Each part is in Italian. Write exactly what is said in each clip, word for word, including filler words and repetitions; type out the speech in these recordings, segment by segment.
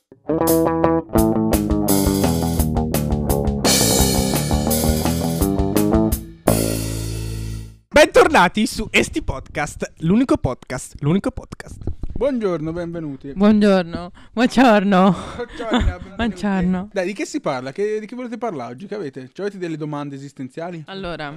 Bentornati su Esti Podcast, l'unico podcast, l'unico podcast. Buongiorno, benvenuti. Buongiorno, buongiorno. Buongiorno. Buongiorno. Dai, di che si parla? Che, di che volete parlare oggi? Che avete? Cioè, avete delle domande esistenziali? Allora,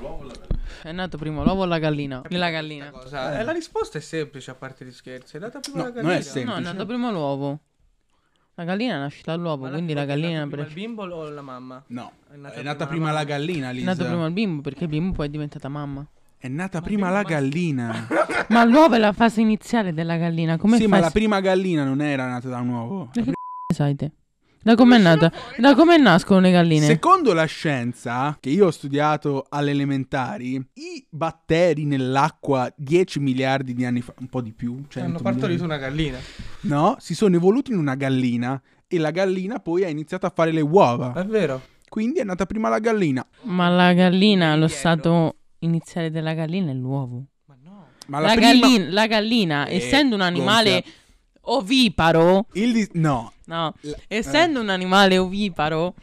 è nato prima l'uovo o la gallina? La gallina. Cosa? Eh, la risposta è semplice, a parte gli scherzi. È nata prima No, la non gallina. è semplice. No, è nato prima l'uovo. La gallina nasce dall'uovo, quindi la gallina... È pre- il bimbo o la mamma? No, È nata è nata prima prima la la gallina, È Lisa. nato prima il bimbo, perché il bimbo poi è diventata mamma. È nata prima la gallina. Ma l'uovo è la fase iniziale della gallina, come Sì, fai? ma la prima gallina non era nata da un uovo. Da che c***o sai te? Da com'è nata? Da come nascono le galline? Secondo la scienza, che io ho studiato alle elementari, i batteri nell'acqua dieci miliardi di anni fa, un po' di più, cento Hanno partorito miliardi, una gallina. no, si sono evoluti in una gallina e la gallina poi ha iniziato a fare le uova. È vero. Quindi è nata prima la gallina. Ma la gallina, lo stato iniziale della gallina è l'uovo. Ma no. Ma La, prima... gallina, la gallina, Eh, essendo un animale gonfia. oviparo, Il dis- no. no, La- essendo un animale oviparo,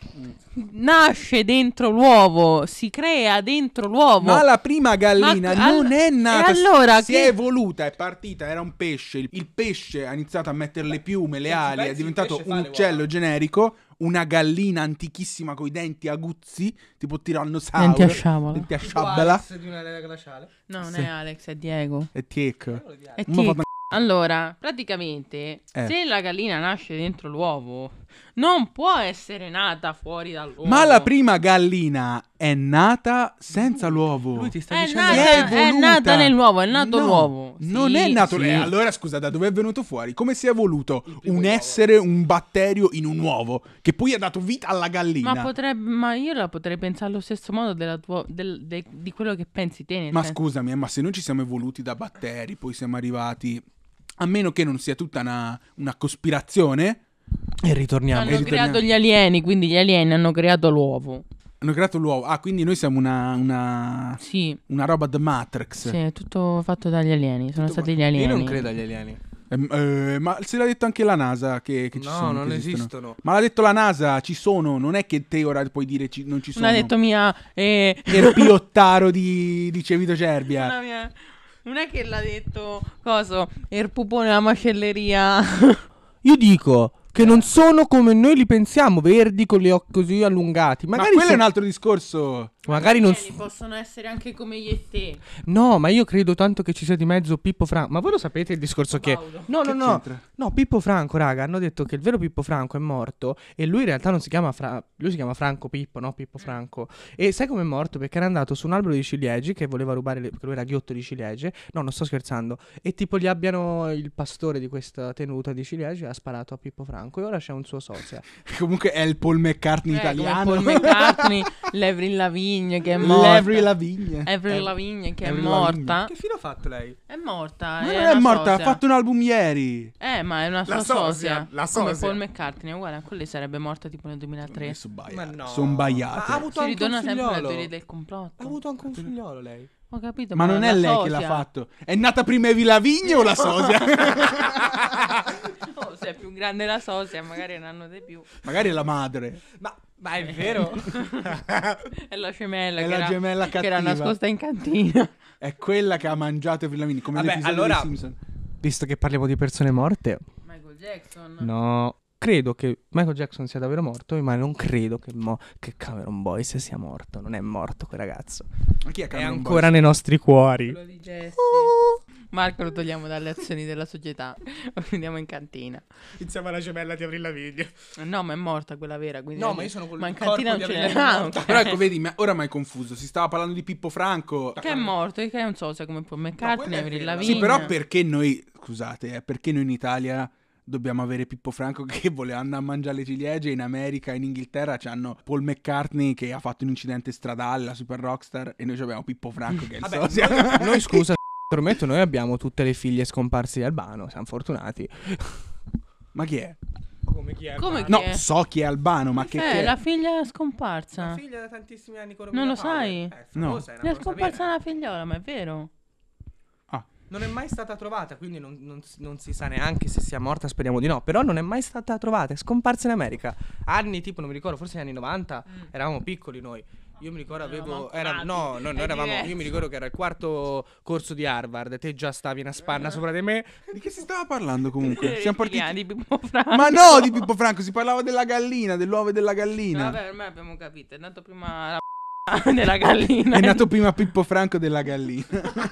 nasce dentro l'uovo, si crea dentro l'uovo. Ma la prima gallina Ma- non all- è nata. e allora si che- è evoluta, è partita, era un pesce. Il, il pesce ha iniziato a mettere le piume, le se ci ali, è pensi, diventato il pesce fa un le uccello uova. generico. Una gallina antichissima con i denti aguzzi, tipo tirannosauro. Denti a sciabola. Denti a Tipo sciabola. Alex di una lega glaciale. No, non Sì. è Alex, è Diego. E tiec. È Mo' Tic. fa- Allora, praticamente, Eh. se la gallina nasce dentro l'uovo, non può essere nata fuori dall'uovo. Ma la prima gallina è nata senza l'uovo. Lui ti sta È dicendo nata, È è, evoluta. nata nell'uovo, è nato No, l'uovo. Non Sì, è nato. sì. Eh, allora scusa, da dove è venuto fuori? Come si è evoluto primo un uovo. essere, un batterio in un uovo che poi ha dato vita alla gallina? Ma, potrebbe, ma io la potrei pensare allo stesso modo della tua, del- de- di quello che pensi te. Nel Ma senso- scusami, eh, ma se noi ci siamo evoluti da batteri, poi siamo arrivati, a meno che non sia tutta una, una cospirazione, E ritorniamo. hanno e ritorniamo. creato gli alieni, quindi gli alieni hanno creato l'uovo. hanno creato l'uovo. Ah, quindi noi siamo una, una, Sì, una roba da Matrix. sì, è tutto fatto dagli alieni. Sono Tutto stati gli Io alieni. non credo agli alieni. Ehm, eh, ma se l'ha detto anche la NASA che, che ci No, sono. non che esistono. esistono. Ma l'ha detto la NASA, ci sono, non è che te ora puoi dire ci- non ci sono. Non ha detto mia. Eh, Il Piottaro di, di Cevito Cerbia. una mia- non è che l'ha detto coso, il pupone alla macelleria. Io dico che non sono come noi li pensiamo, verdi con gli occhi così allungati. Ma Magari, quello è sono- un altro discorso. magari non... Alieni possono essere anche come io e te. No, ma io credo tanto che ci sia di mezzo Pippo Franco. Ma voi lo sapete il discorso che... Paolo. No, no, Che no. c'entra? No, Pippo Franco, raga, hanno detto che il vero Pippo Franco è morto e lui in realtà non si chiama Fra... lui si chiama Franco Pippo, no? Pippo Franco. E sai come è morto? Perché era andato su un albero di ciliegi che voleva rubare, le... perché lui era ghiotto di ciliegie. No, non sto scherzando. E tipo gli abbiano il pastore di questa tenuta di ciliegi ha sparato a Pippo Franco e ora c'è un suo sosia. Comunque è il Paul McCartney Eh, come italiano. Paul McCartney, l'Avril Lavigne che è morta. L'avril Lavigne. Avril Lavigne che è Avril morta. Che fine ha fatto lei? È morta. Ma è non una è morta, ha sosia. fatto un album ieri. Eh, ma è una sua La sosia, sosia. la Come sosia. Paul McCartney, uguale a quelli sarebbe morta tipo nel duemilatré. Sono Ma baiate. no. Sono Ma ha baiate. avuto Si anche ritorna un sempre alla figliolo. teoria del complotto. Ha avuto anche un figliolo lei. Ho capito, Ma non è la lei sosia. che l'ha fatto. È nata prima Avril Lavigne o la sosia? Oh, se è più grande la sosia, magari ne hanno di più. Magari è la madre. Ma, ma è vero? È la gemella, È che, la era, gemella che era cattiva. nascosta in cantina. È quella che ha mangiato Avril Lavigne, come Vabbè, l'episodio allora- dei Simpson. Visto che parliamo di persone morte, Michael Jackson. no. Credo che Michael Jackson sia davvero morto, ma non credo che, mo- che Cameron Boyce sia morto. Non è morto quel ragazzo. Ma chi è È Cameron ancora Boyce? nei nostri cuori. Quello di Jesse. Marco lo togliamo dalle azioni della società. Lo prendiamo in cantina. Iniziamo la gemella di Avril Lavigne. No, ma è morta quella vera. Quindi No, ma io sono quello Ma in il corpo cantina di non ce Avril n'è. Lavigne Ah, morta. ok. Però ecco, vedi, ma ora mi hai confuso. Si stava parlando di Pippo Franco. Che è morto, che non so se come Paul McCartney, quello è Avril vero. Lavigne. Sì, però perché noi, scusate, eh, perché noi in Italia dobbiamo avere Pippo Franco che voleva andare a mangiare le ciliegie, in America, in Inghilterra c'hanno Paul McCartney che ha fatto un incidente stradale, la super rockstar, e noi abbiamo Pippo Franco che è il Vabbè, sosia. noi, noi, scusa, prometto, noi abbiamo tutte le figlie scomparse di Albano, siamo fortunati. Ma chi è? Come chi è? Come chi No, è? so chi è Albano, ma che, Eh, che è? la figlia è scomparsa. Una figlia da tantissimi anni con Non lo Romina Power. sai? Eh, famosa, No. è Gli una è cosa scomparsa vera. una figliola, ma è vero? Ah, non è mai stata trovata, quindi non, non, non si sa neanche se sia morta, speriamo di no. Però non è mai stata trovata, è scomparsa in America. Anni tipo, non mi ricordo, forse negli anni novanta, Mm. eravamo piccoli noi. Io mi ricordo Non avevo eravamo era, nati, no, no, è noi eravamo, io diverso. mi ricordo che era il quarto corso di Harvard, te già stavi una spanna sopra di me. Di che si stava parlando comunque? Siamo partiti... di Pippo Franco. Ma no, di Pippo Franco, si parlava della gallina, dell'uovo e della gallina. Vabbè, ormai abbiamo capito, è nato prima la della gallina. È nato prima Pippo Franco della gallina.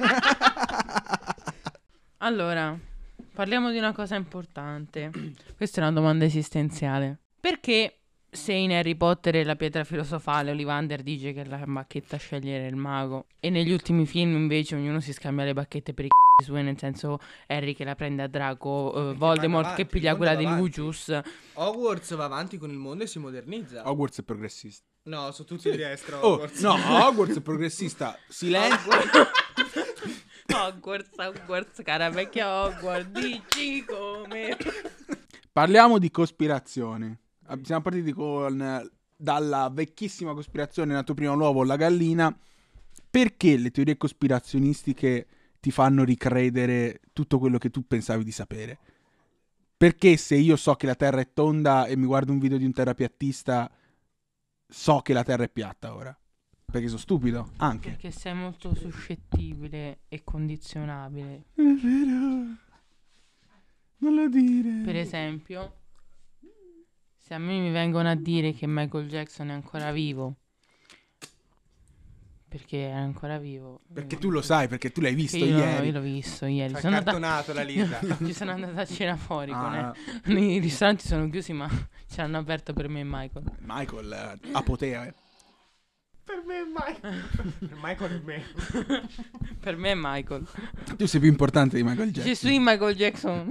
Allora, parliamo di una cosa importante. Questa è una domanda esistenziale. Perché se in Harry Potter e la pietra filosofale Ollivander dice che la bacchetta scegliere il mago e negli ultimi film invece ognuno si scambia le bacchette per i c***i suoi, nel senso Harry che la prende a Draco, eh, Voldemort avanti, che piglia il quella mondo di va avanti. Lucius. Hogwarts va avanti con il mondo e si modernizza. Hogwarts è progressista. No, sono tutti di destra. Oh, Hogwarts. no, Hogwarts è progressista. Silenzio. Hogwarts, Hogwarts, cara vecchia Hogwarts, dici come. Parliamo di cospirazione. Siamo partiti con dalla vecchissima cospirazione nato prima l'uovo o la gallina. Perché le teorie cospirazionistiche ti fanno ricredere tutto quello che tu pensavi di sapere? Perché se io so che la Terra è tonda e mi guardo un video di un terrapiattista, so che la Terra è piatta ora? Perché sono stupido? Anche. Perché sei molto suscettibile e condizionabile. È vero. Non lo dire. Per esempio, se a me mi vengono a dire che Michael Jackson è ancora vivo, perché è ancora vivo. Perché tu lo sai, perché tu l'hai visto Io, ieri. io l'ho visto ieri. Ha Sono andata- cartonato la lista. Ci sono andata a cena fuori con Ah, eh. I ristoranti sono chiusi, ma ce l'hanno aperto per me e Michael. Michael, eh, apotea. eh. Per me è Michael. Per Michael è me. Per me è Michael. Tu sei più importante di Michael Jackson. Gesù Michael Jackson.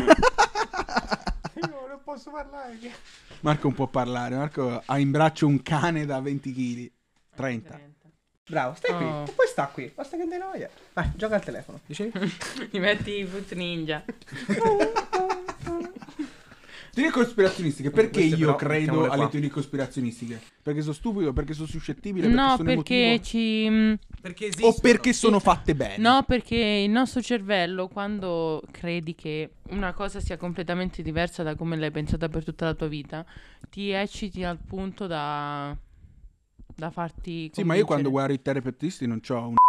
Io non posso parlare. Marco non può parlare. Marco ha in braccio un cane da venti chili. trenta. Bravo, stai qui. Oh. E poi sta qui. Basta che te noia. Vai, gioca al telefono. Dicevi? Ti metti i Fruit Ninja. Teorie cospirazionistiche. Perché Queste io però credo mettiamole alle qua. teorie cospirazionistiche? Perché sono stupido? Perché sono suscettibile? Perché No, sono perché emotivo? ci... mm, Perché O esistono. perché sono fatte bene? No, perché il nostro cervello, quando credi che una cosa sia completamente diversa da come l'hai pensata per tutta la tua vita, ti ecciti al punto da, da farti Sì, ma io quando convincere. guardo i terapeutisti non c'ho un...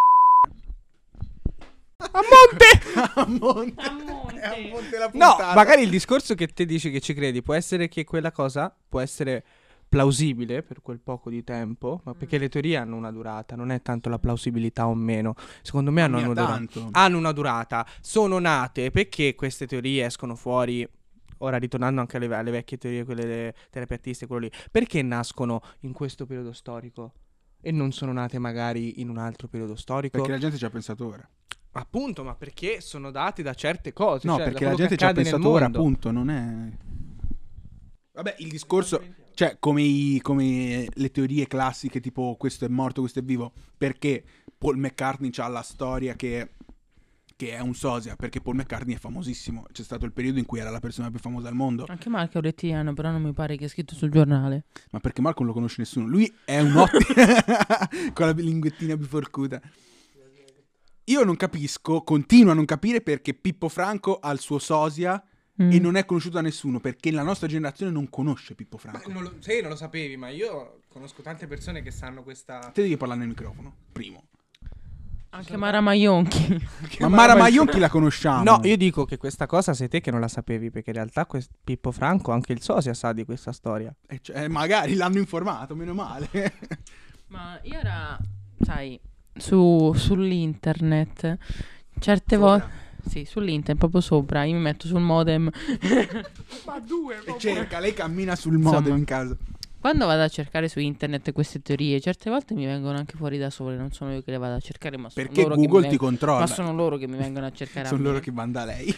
A monte! A monte. A monte. È a monte la No, puntata. magari il discorso che te dici che ci credi può essere che quella cosa può essere plausibile per quel poco di tempo, ma perché le teorie hanno una durata, non è tanto la plausibilità o meno. Secondo me hanno Mica una durata. tanto. Hanno una durata. Sono nate perché queste teorie escono fuori. Ora ritornando anche alle, alle vecchie teorie, quelle delle terapeutiste, quello lì. Perché nascono in questo periodo storico e non sono nate magari in un altro periodo storico? Perché la gente ci ha pensato ora. Appunto, ma perché sono dati da certe cose. No, cioè, da perché la quello gente che ci ha accade nel pensato ora, mondo. appunto, non è... Vabbè, il discorso... Cioè, come, i- come le teorie classiche, tipo questo è morto, questo è vivo, perché Paul McCartney ha la storia che, che è un sosia, perché Paul McCartney è famosissimo. C'è stato il periodo in cui era la persona più famosa al mondo, Anche Marco è un rettiliano, però non mi pare che è scritto sul giornale. ma perché Marco non lo conosce nessuno. Lui è un ottimo... con la linguettina biforcuta. Io non capisco, continuo a non capire perché Pippo Franco ha il suo sosia Mm. e non è conosciuto da nessuno, perché la nostra generazione non conosce Pippo Ma Franco. non lo, sì, non lo sapevi, ma io conosco tante persone che sanno questa. Te devi parlare nel microfono, primo. Anche Mara Maionchi. Ma Mara Maionchi la conosciamo. No, io dico che questa cosa sei te che non la sapevi, perché in realtà quest- Pippo Franco, anche il sosia sa di questa storia. Eh, cioè, magari l'hanno informato, meno male. Ma io era, sai, su, sull'internet, certe Sopra? volte... Sì, sull'internet, proprio sopra, io mi metto sul modem. Ma due, E cerca, lei cammina sul Insomma. modem in casa. Quando vado a cercare su internet queste teorie, certe volte mi vengono anche fuori da sole, non sono io che le vado a cercare, ma sono Perché loro che mi Google ti vengono- controlla. Ma sono loro che mi vengono a cercare a Sono me. loro che manda lei.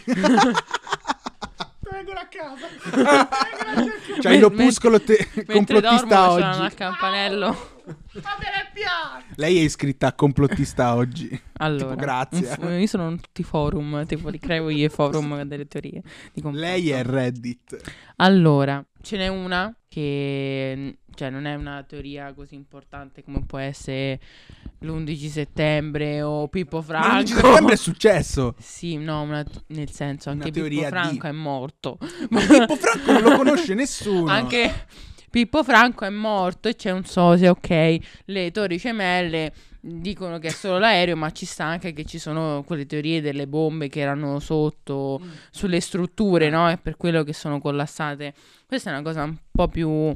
vengono a casa. C'hai Men- l'opuscolo te- Mentre complottista dormo c'hanno oggi. al campanello. Lei è iscritta a complottista oggi. Allora, Tipo, grazie. un f- io sono in tutti i forum, tipo li creo io i forum delle teorie. di complotto. Lei è Reddit. Allora, ce n'è una che, cioè, non è una teoria così importante come può essere l'undici settembre o Pippo Franco. Ma l'undici settembre è successo. Sì, no, una- nel senso, Una anche Pippo teoria Franco di- è morto. Ma Pippo Franco non lo conosce nessuno. Anche Pippo Franco è morto e c'è un sosia, ok. Le torri gemelle dicono che è solo l'aereo, ma ci sta anche che ci sono quelle teorie delle bombe che erano sotto sulle strutture, no? E per quello che sono collassate. Questa è una cosa un po' più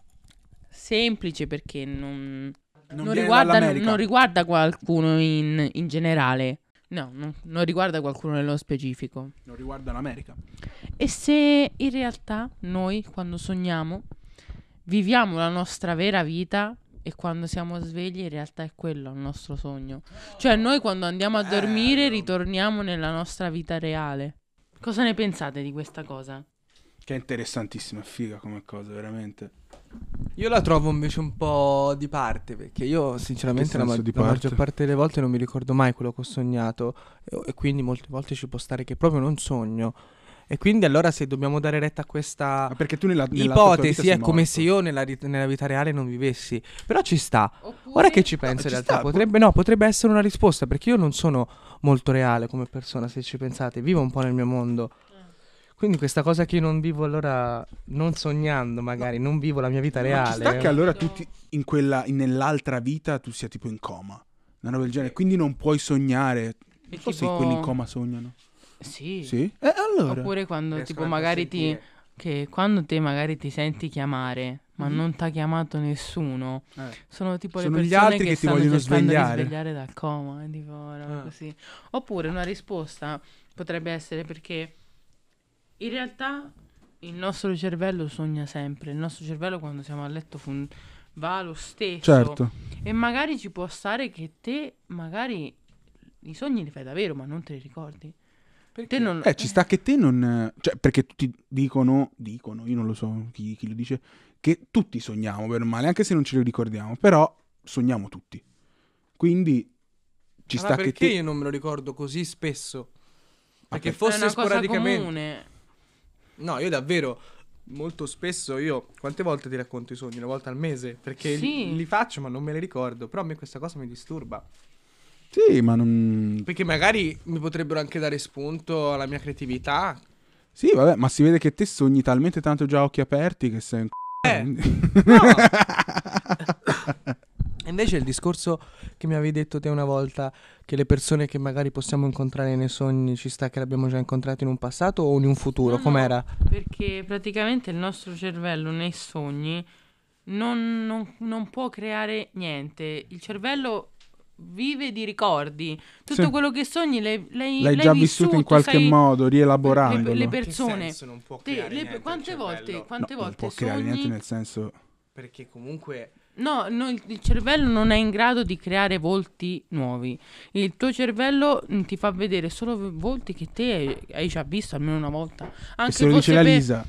semplice perché non, non non viene riguarda, dall'America. non riguarda qualcuno in, in generale. No, non, non riguarda qualcuno nello specifico. Non riguarda l'America. E se in realtà noi, quando sogniamo, viviamo la nostra vera vita e quando siamo svegli in realtà è quello il nostro sogno. Cioè noi quando andiamo a dormire Bello. ritorniamo nella nostra vita reale. Cosa ne pensate di questa cosa? Che è interessantissima, è figa come cosa, veramente. Io la trovo invece un po' di parte, perché io sinceramente Che la, senso ma- di la maggior parte? parte delle volte non mi ricordo mai quello che ho sognato e, e quindi molte volte ci può stare che proprio non sogno. E quindi allora se dobbiamo dare retta a questa Ma perché tu nella, nella tua vita ipotesi sei è come morto. se io nella, ri- nella vita reale non vivessi. Però ci sta. Oppure- Ora che ci penso ci in realtà sta, potrebbe, no, potrebbe essere una risposta, perché io non sono molto reale come persona, se ci pensate, vivo un po' nel mio mondo. Quindi questa cosa che io non vivo allora, non sognando magari, non vivo la mia vita Ma reale. ci sta che allora tu ti- in quella, in- nell'altra vita tu sia tipo in coma, una roba del genere, quindi non puoi sognare. Non so se tipo- quelli in coma sognano. Sì. Sì? Eh, allora. Oppure quando Riescono tipo anche a magari ti sentire. che quando te magari ti senti chiamare, ma Mhm. non t'ha chiamato nessuno. Eh. Sono tipo Sono le gli persone altri che, che ti stanno vogliono cercando svegliare. di svegliare dal coma, e tipo roba Ah. così. Oppure una risposta potrebbe essere perché in realtà il nostro cervello sogna sempre. Il nostro cervello quando siamo a letto fun- va lo stesso. Certo. E magari ci può stare che te magari i sogni li fai davvero, ma non te li ricordi. Te non... Eh, ci sta che te non... Cioè, perché tutti dicono, dicono, io non lo so chi, chi lo dice, che tutti sogniamo, bene o male, anche se non ce lo ricordiamo, però sogniamo tutti. Quindi ci Ma sta che perché te... io non me lo ricordo così spesso? Perché per- è fosse una cosa sporadicamente. comune. No, io davvero molto spesso io quante volte ti racconto i sogni? Una volta al mese, perché Sì. li, li faccio ma non me li ricordo, però a me questa cosa mi disturba. Sì, ma non... Perché magari mi potrebbero anche dare spunto alla mia creatività. Sì, vabbè, ma si vede che te sogni talmente tanto già a occhi aperti che sei un c***o. Eh. No. E invece il discorso che mi avevi detto te una volta, che le persone che magari possiamo incontrare nei sogni ci sta che l'abbiamo già incontrato in un passato o in un futuro, No, no, com'era? Perché praticamente il nostro cervello nei sogni non, non- non può creare niente. Il cervello vive di ricordi. Tutto Sì. quello che sogni l'hai, l'hai, L'hai l'hai già vissuto in qualche sai- modo, rielaborandolo. Le- le In che persone- senso non può Te- creare le- niente il quante volte, cervello? quante No, non volte può creare sogni? niente nel senso... Perché comunque No, no, il, il cervello non è in grado di creare volti nuovi. Il tuo cervello mm, ti fa vedere solo v- volti che te hai, hai già visto almeno una volta. E Anche se lo dice fosse la per- Lisa...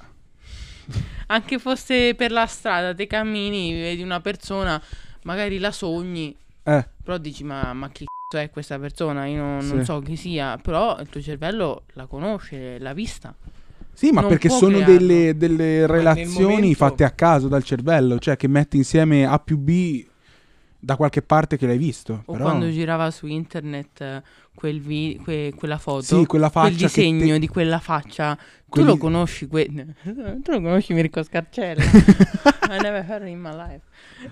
Anche fosse per la strada, te cammini, vedi una persona, magari la sogni, Eh, però dici ma, ma chi c***o è questa persona? Io non, non Sì. so chi sia, però il tuo cervello la conosce, l'ha vista. sì, ma Non perché può sono crearlo. delle, delle nel relazioni momento- fatte a caso dal cervello, cioè che metti insieme A più B da qualche parte che l'hai visto. O però... quando girava su internet eh, quel vi- que- quella foto, Sì, quella faccia quel che disegno te- di quella faccia, Quelli- tu lo conosci, que- tu lo conosci Mirko Scarcella? I never heard in my life.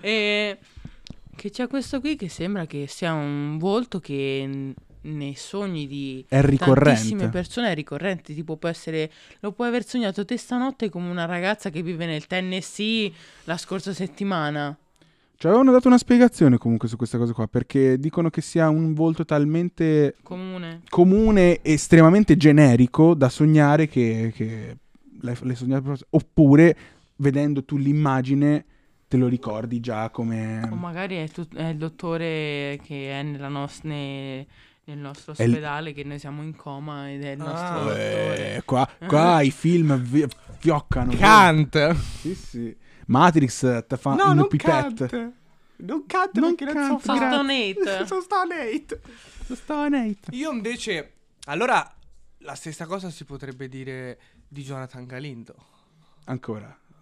E che c'è questo qui che sembra che sia un volto che n- nei sogni di È ricorrente. tantissime persone è ricorrente, tipo può essere, lo puoi aver sognato te stanotte come una ragazza che vive nel Tennessee la scorsa settimana. Ci avevano dato una spiegazione comunque su questa cosa qua, perché dicono che sia un volto talmente Comune. comune e estremamente generico da sognare che, che l'hai, l'hai sognato proprio- oppure vedendo tu l'immagine te lo ricordi già come... O magari è, tut- è il dottore che è nella nos- ne- nel nostro È il- ospedale, che noi siamo in coma ed è il nostro Ah. dottore. Eh, qua, qua i film vi- fioccano. Kant. Sì, sì. Matrix te fa No, un non pipette. Kant. Non Kant Non perché Kant, non so grazie. Stone Sono Stone Stone Io invece, allora, la stessa cosa si potrebbe dire di Jonathan Galindo. Ancora.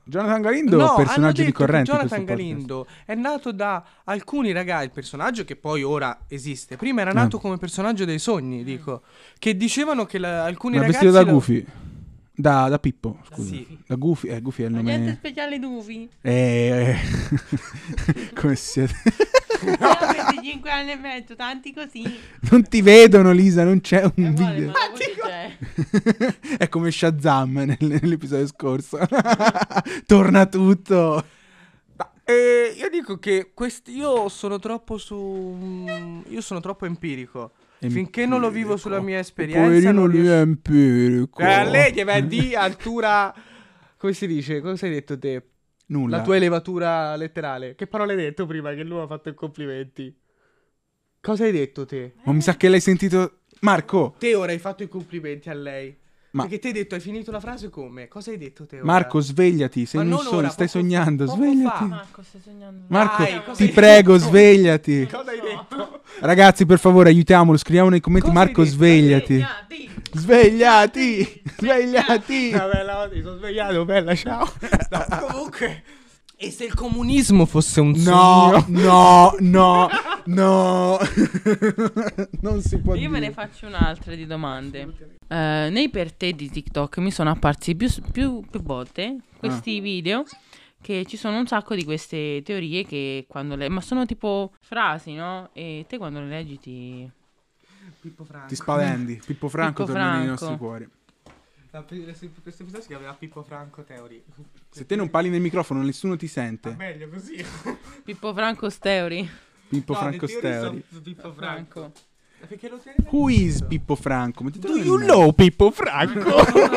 Jonathan Galindo, No, hanno personaggio detto che ricorrente in Jonathan questo podcast. Galindo è nato da alcuni ragazzi, il personaggio che poi ora esiste. Prima era Ah. nato come personaggio dei sogni, dico. Che dicevano che la- alcuni Ma è ragazzi... vestito da lo- Goofy. Da, da Pippo, scusa. Sì. Da Goofy, eh, Goofy è il Ma niente nome... speciale Dufi. Eh, eh. Come siete? Ho venticinque anni e mezzo, tanti così. Non ti vedono, Lisa, non c'è un Eh, vale, video. ma la voce c'è. È come Shazam nel- nell'episodio scorso. Torna tutto. Ma, eh, io dico che questi, io sono troppo su... mm, Io sono troppo empirico. Finché non lo vivo sulla mia esperienza... Poverino non lui riesco- è empirico. Eh, a lei gli vai di altura... Come si dice? Cosa hai detto te? Nulla. La tua elevatura letterale. Che parole hai detto prima che lui ha fatto i complimenti? Cosa hai detto te? Ma mi sa che l'hai sentito... Marco, Te ora hai fatto i complimenti a lei. Ma- Perché te hai detto, hai finito la frase come? Cosa hai detto te ora? Marco, svegliati. Sei Ma in un non sogno, ora, stai poco- sognando. poco Svegliati. fa. Marco, stai sognando. Marco, Dai, cosa ti hai prego, detto? svegliati. Cosa hai detto? Ragazzi, per favore, aiutiamolo. Scriviamo nei commenti. Cosa hai Marco, detto? svegliati. Svegliati. Svegliati. Svegliati. Ah, bella, mi sono svegliato, bella, ciao. No, comunque... E se il comunismo fosse un No, sogno? no, no, no. Non si può Io dire. me ne faccio un'altra di domande. Eh, nei per te di TikTok mi sono apparsi più, più, più volte questi video che ci sono un sacco di queste teorie che quando le... Ma sono tipo frasi, no? E te quando le leggi ti... Pippo Franco. Ti spaventi. Pippo Franco Pippo torna nei Franco. nostri cuori. Questo episodio si chiamerà Pippo Franco Theory. Se te non parli nel microfono, nessuno ti Va sente. meglio così. Pippo Franco Steuri. Pippo No, Franco le teorie Steuri. sono Pippo Franco. Franco. Perché lo tieni Who is Pippo Franco? Mettitelo Do nel you mezzo. know Pippo Franco?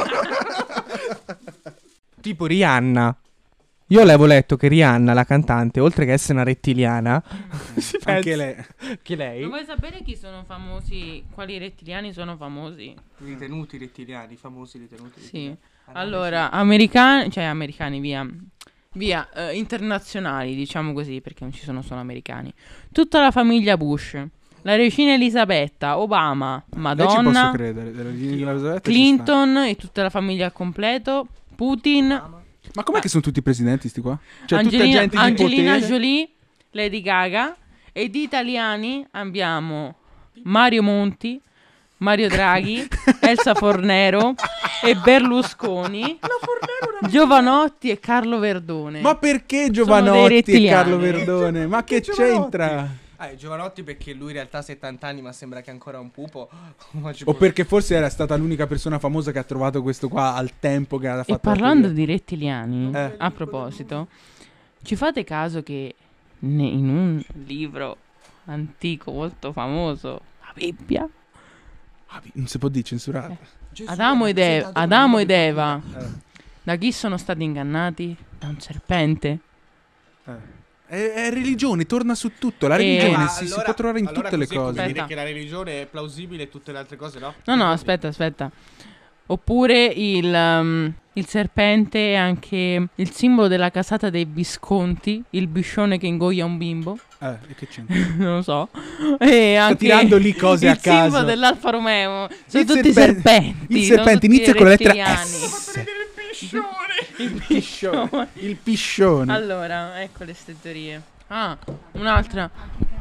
Tipo Rihanna. Io l'avevo letto che Rihanna, la cantante, oltre che essere una rettiliana, si Anche pensa lei. che lei... Ma vuoi sapere chi sono famosi? Quali rettiliani sono famosi? Ritenuti rettiliani, famosi ritenuti Sì. rettiliani. Allora, americani, cioè americani via, via, eh, internazionali, diciamo così, perché non ci sono solo americani. Tutta la famiglia Bush, la regina Elisabetta, Obama, Lei ci posso Madonna, credere. della regina Elisabetta ci Clinton e tutta la famiglia al completo, Putin, sta. Ma com'è che sono tutti presidenti sti qua? Cioè tutta Angelina, gente di Angelina potere. Jolie, Lady Gaga e di italiani abbiamo Mario Monti, Mario Draghi, Elsa Fornero e Berlusconi, Giovanotti e Carlo Verdone. Ma perché dei Giovanotti e rettiliani. Carlo Verdone? Ma che Perché Giovanotti? c'entra? Ah, Giovanotti perché lui in realtà ha settanta anni ma sembra che è ancora un pupo. Ma ci O può- perché forse era stata l'unica persona famosa che ha trovato questo qua al tempo che ha fatto. E parlando la di rettiliani, Eh. a proposito, ci fate caso che ne- in un libro antico molto famoso, la Bibbia, Ah, non si può dire censurato. Gesù Adamo è ed, Eva, rappresentato Adamo come ed uno di Eva, Eh. da chi sono stati ingannati? Da un serpente. Eh. È, è religione, torna su tutto. La Eh, religione Ma si, si allora- può trovare in allora tutte le così è come cose. Aspetta. dire che la religione è plausibile e tutte le altre cose no? No, no, aspetta, aspetta. Oppure il, um, il serpente è anche il simbolo della casata dei Visconti, il biscione che ingoia un bimbo, Eh, e che c'entra? non lo so. E anche tirando lì cose il a caso. simbolo dell'Alfa Romeo. Sono Il tutti serpente- serpenti. Il sono serpente tutti inizia con la lettera rettiliani. S. Il biscione. Il piscione. Allora, ecco le ste teorie. Ah, un'altra.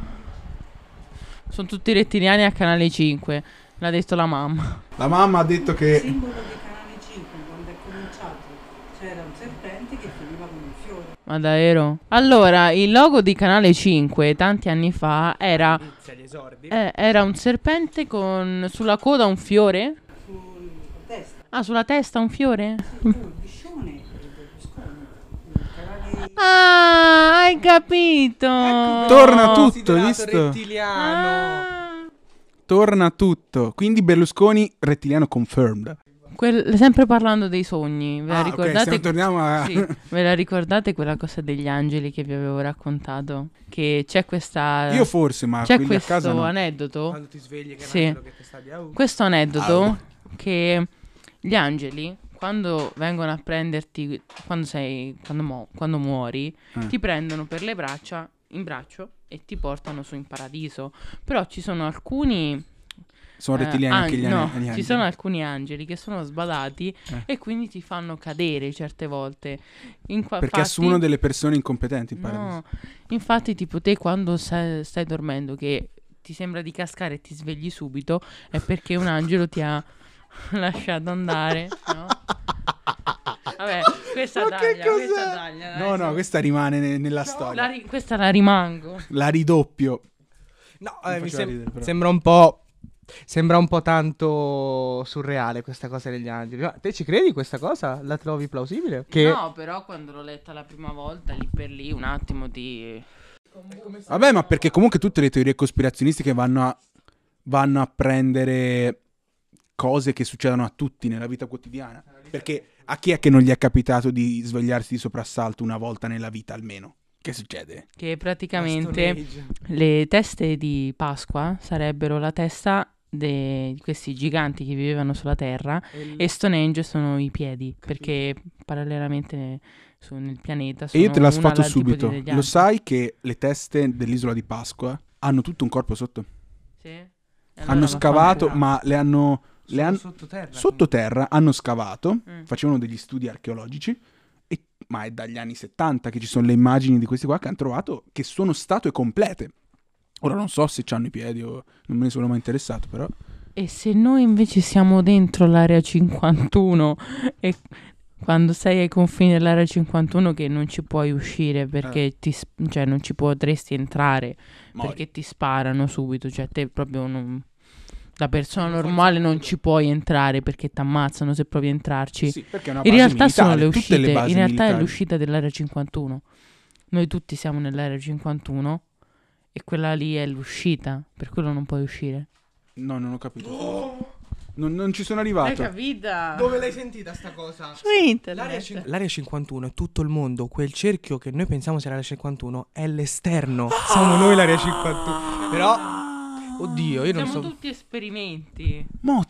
Sono tutti rettiliani a Canale cinque. L'ha detto la mamma. La mamma ha detto Il che simbolo di Canale cinque quando è cominciato c'era un serpente che finiva con un fiore. Ma davvero? Allora, il logo di Canale cinque tanti anni fa era, Inizia gli esordi. eh, era un serpente con sulla coda un fiore? Sulla testa. Ah, sulla testa un fiore? Il biscione e Berlusconi. Il canale... Ah, hai capito? Torna tutto, Considerato visto? rettiliano. Ah. torna tutto. Quindi Berlusconi rettiliano confirmed. Quel- sempre parlando dei sogni, ve la Ah, ok, ricordate? stiamo- torniamo a... Sì, ve la ricordate quella cosa degli angeli che vi avevo raccontato? Che c'è questa Io forse, ma c'è quelli a questo casa no. aneddoto, Quando ti svegli che Sì. è un angelo che ti sta di au. questo aneddoto Au. che gli angeli quando vengono a prenderti quando sei quando, mo- quando muori, Eh. ti prendono per le braccia in braccio e ti portano su in paradiso. Però ci sono alcuni Sono rettiliani eh, anche gli, an- no, ane- gli angeli. ci sono alcuni angeli che sono sbadati Eh. e quindi ti fanno cadere certe volte. In qua- Perché infatti- assumono delle persone incompetenti in No, paradiso. infatti tipo te quando stai, stai dormendo che ti sembra di cascare e ti svegli subito è perché un angelo ti ha lasciato andare, no? Vabbè, questa Ma che taglia, cos'è? questa taglia. dai, No, no, su. questa rimane ne- nella storia. La ri- questa la rimango. La ridoppio. No, Mi eh, mi faceva sem- ridere, però. sembra un po'. Sembra un po' tanto surreale questa cosa degli angeli. Ma te ci credi questa cosa? La trovi plausibile? Che No, però quando l'ho letta la prima volta, lì per lì, un attimo di... Vabbè, ma perché comunque tutte le teorie cospirazionistiche vanno a, vanno a prendere cose che succedono a tutti nella vita quotidiana. Perché a chi è che non gli è capitato di svegliarsi di soprassalto una volta nella vita almeno? Che succede? Che praticamente le teste di Pasqua sarebbero la testa de- di questi giganti che vivevano sulla Terra e Stonehenge sono i piedi, perché parallelamente su- nel pianeta E sono io te la una sfatto alla tipo di- subito. degli Lo altri. sai che le teste dell'isola di Pasqua hanno tutto un corpo sotto? Sì? E allora Hanno va scavato, fatto. ma le hanno... Le han- sottoterra. sottoterra hanno scavato, Mm. facevano degli studi archeologici, e, ma è dagli anni settanta che ci sono le immagini di questi qua che hanno trovato che sono statue complete. Ora non so se hanno i piedi o non me ne sono mai interessato, però... E se noi invece siamo dentro l'area cinquantuno e quando sei ai confini dell'area cinquantuno che non ci puoi uscire perché ti, s- cioè non ci potresti entrare Mori. perché ti sparano subito, cioè te proprio non... La persona normale non ci puoi entrare perché ti ammazzano se provi a entrarci. Sì, perché è una In base realtà sono militare, le tutte uscite, le basi in realtà è militari. l'uscita dell'area cinquantuno. Noi tutti siamo nell'area cinquantuno e quella lì è l'uscita, per quello non puoi uscire. No, non ho capito. Non, non ci sono arrivato. capita? Dove l'hai sentita sta cosa? Su internet. L'area, cin- l'area cinquantuno è tutto il mondo. Quel cerchio che noi pensiamo sia l'area cinquantuno è l'esterno. Siamo noi l'area cinquantuno. Però, oddio, io non Siamo so. tutti esperimenti.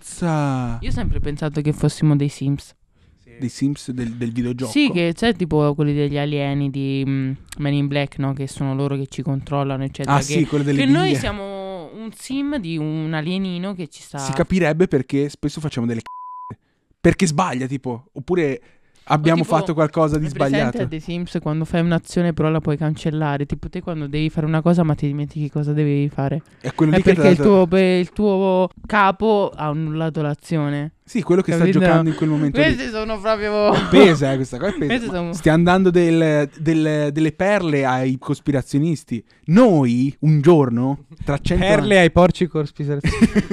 Mozza! Io ho sempre pensato che fossimo dei Sims. Dei Sims del, del videogioco. Sì, che c'è tipo quelli degli alieni di mm, Men in Black, no? Che sono loro che ci controllano, eccetera. Ah che, sì, quello delle che noi biglie. siamo un sim di un alienino che ci sta... Si capirebbe perché spesso facciamo delle c***e. Perché sbaglia, tipo. Oppure abbiamo tipo, fatto qualcosa di Hai presente sbagliato. a The Sims quando fai un'azione però la puoi cancellare? Tipo te quando devi fare una cosa ma ti dimentichi cosa devi fare. È quello È lì che perché il tra l'altro- tuo, pe- il tuo capo ha annullato l'azione. Sì, quello che Capito? sta giocando in quel momento lì. Questi sono proprio... Pesa, eh, questa cosa Questi pesa. sono- Ma stiamo dando del- del- delle perle ai cospirazionisti. Noi, un giorno, tra cento Perle ai porci cospirazioni.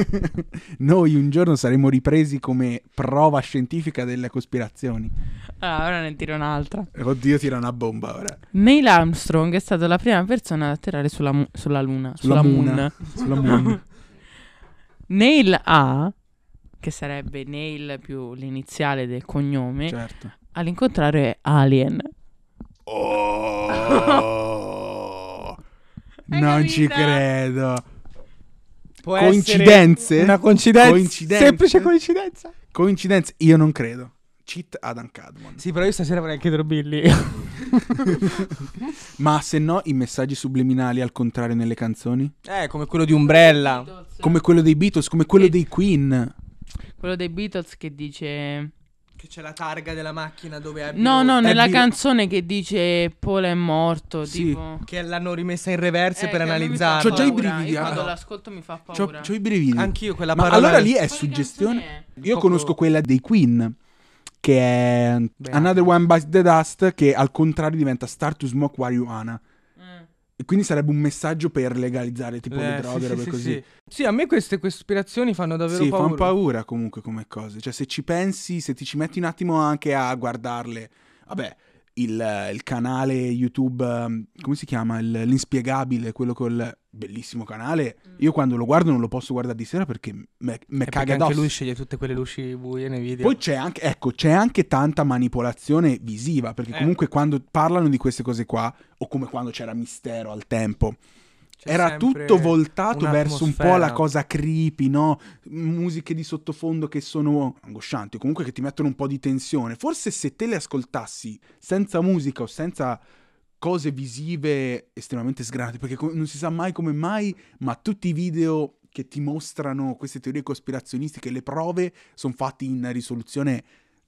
noi un giorno saremo ripresi come prova scientifica delle cospirazioni. Ah, ora ne tiro un'altra. Oddio, tira una bomba ora. Neil Armstrong è stata la prima persona ad atterrare sulla, mu- sulla Luna. Sulla, Sulla, Muna. Moon. Sulla Moon. Neil A, che sarebbe Neil più l'iniziale del cognome, Certo. all'incontrare Alien. Oh, Hai non ci capito? credo. Può Coincidenze? essere una coincidenza. Coincidenze? Semplice coincidenza. Coincidenze? Io non credo. Cheat Adam Cadmon. Sì, però io stasera vorrei anche dormirli. Ma se no, i messaggi subliminali al contrario nelle canzoni? eh, come quello di Umbrella. Come quello dei Beatles, come quello E- dei Queen. Quello dei Beatles che dice... Che c'è la targa della macchina dove è. No, no, nella Abbey- canzone che dice Paul è morto, Sì. tipo... Che l'hanno rimessa in reverse Eh, per che a me mi fa analizzarla. C'ho già i paura. brividi, Io ah. quando l'ascolto mi fa C'ho, paura. c'ho i brividi. Anch'io quella Ma parola. allora lì è Quale suggestione. canzone è? Io Poco- conosco quella dei Queen, che è Beh, Another One Bites the Dust, che al contrario diventa Start to Smoke Marijuana. Eh. E quindi sarebbe un messaggio per legalizzare tipo le Eh, droghe, sì, robe sì, così. sì. Sì, a me queste cospirazioni fanno davvero Sì, paura. fanno paura comunque come cose. Cioè, se ci pensi, se ti ci metti un attimo anche a guardarle. Vabbè, il, il canale YouTube, um, come si chiama? Il- l'inspiegabile, quello col bellissimo canale. Io quando lo guardo non lo posso guardare di sera perché me, me Eh, perché caga anche addosso. lui sceglie tutte quelle luci buie nei video. Poi c'è anche, ecco, c'è anche tanta manipolazione visiva, perché Eh. comunque quando parlano di queste cose qua, o come quando c'era Mistero al tempo, C'è era sempre tutto voltato verso un po' la un'atmosfera. cosa creepy, no? Musiche di sottofondo che sono angoscianti, o comunque che ti mettono un po' di tensione. Forse se te le ascoltassi senza musica o senza cose visive estremamente sgranate, perché co- non si sa mai come mai, ma tutti i video che ti mostrano queste teorie cospirazionistiche, le prove sono fatte in risoluzione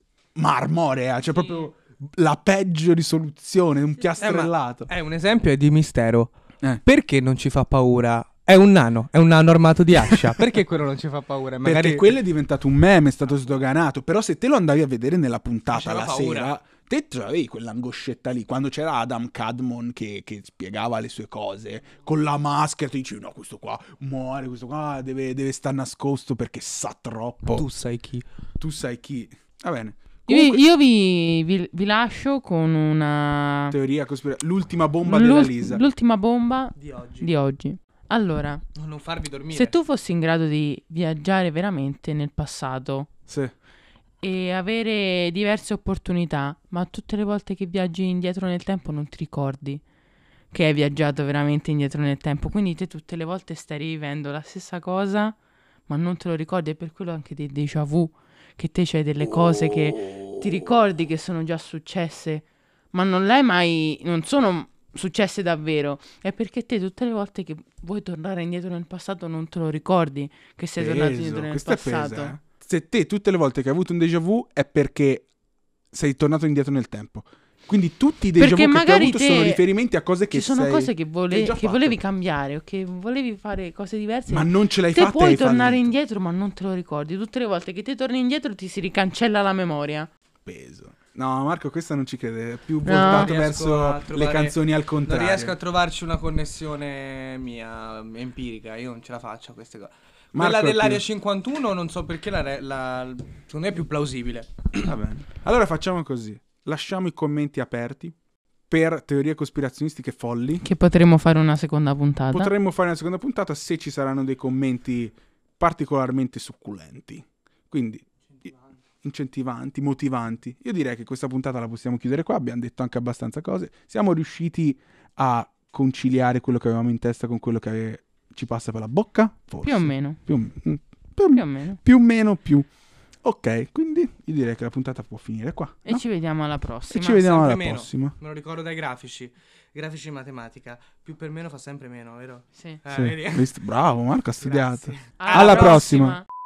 marmorea, cioè proprio la peggio risoluzione, un piastrellato. Eh, un esempio è di Mistero. Eh. Perché non ci fa paura? È un nano, è un nano armato di ascia. Perché quello non ci fa paura? Magari... Perché quello è diventato un meme, è stato sdoganato. Però se te lo andavi a vedere nella puntata Faceva la paura. sera, te avevi quell'angoscetta lì. Quando c'era Adam Cadmon che, che spiegava le sue cose con la maschera, ti dici no, questo qua muore, questo qua deve, deve stare nascosto perché sa troppo. Tu sai chi? Tu sai chi. Va bene. Io, Comunque, io vi, vi- vi lascio con una... teoria cospira- l'ultima bomba l'ul- della Lisa. L'ultima bomba Di oggi. di oggi. Allora, Non farvi dormire. se tu fossi in grado di viaggiare veramente nel passato Sì. e avere diverse opportunità, ma tutte le volte che viaggi indietro nel tempo non ti ricordi che hai viaggiato veramente indietro nel tempo, quindi te tutte le volte stai rivivendo la stessa cosa, ma non te lo ricordi, è per quello anche dei déjà vu, che te c'hai delle cose che ti ricordi che sono già successe, ma non l'hai mai, non sono successe davvero, è perché te tutte le volte che vuoi tornare indietro nel passato non te lo ricordi che sei tornato Peso, indietro nel questo è passato. peso, eh. Se te tutte le volte che hai avuto un déjà vu è perché sei tornato indietro nel tempo. Quindi tutti i déjà vu Perché che tu hai magari avuto te- sono riferimenti a cose che Ci sono sei- cose che, vole- hai già che fatto. volevi cambiare o che volevi fare cose diverse. Ma non ce l'hai te fatta e puoi hai tornare fallito. indietro, ma non te lo ricordi. Tutte le volte che te torni indietro ti si ricancella la memoria. Peso. No, Marco, questa non ci crede. È più No. portato Non riesco verso a le trovare- canzoni al Non contrario. riesco a trovarci una connessione mia empirica. Io non ce la faccio a queste cose. Marco Quella è dell'area più- cinquantuno non so perché la, re- la- secondo me è più plausibile. Va bene. Allora facciamo così. Lasciamo i commenti aperti per teorie cospirazionistiche folli. Che potremmo fare una seconda puntata. Potremmo fare una seconda puntata se ci saranno dei commenti particolarmente succulenti. Quindi i- incentivanti, motivanti. Io direi che questa puntata la possiamo chiudere qua. Abbiamo detto anche abbastanza cose. Siamo riusciti a conciliare quello che avevamo in testa con quello che ci passa per la bocca? Forse. Più o meno. Più o, mm, più, Più o meno. più o meno più. Ok, quindi io direi che la puntata può finire qua. E no? ci vediamo alla E prossima. ci vediamo alla sempre meno. prossima. Me lo ricordo dai grafici. Grafici in matematica. Più per meno fa sempre meno, vero? Sì. Eh, Sì, vedi? visto? Bravo, Marco ha studiato. Grazie. Alla prossima.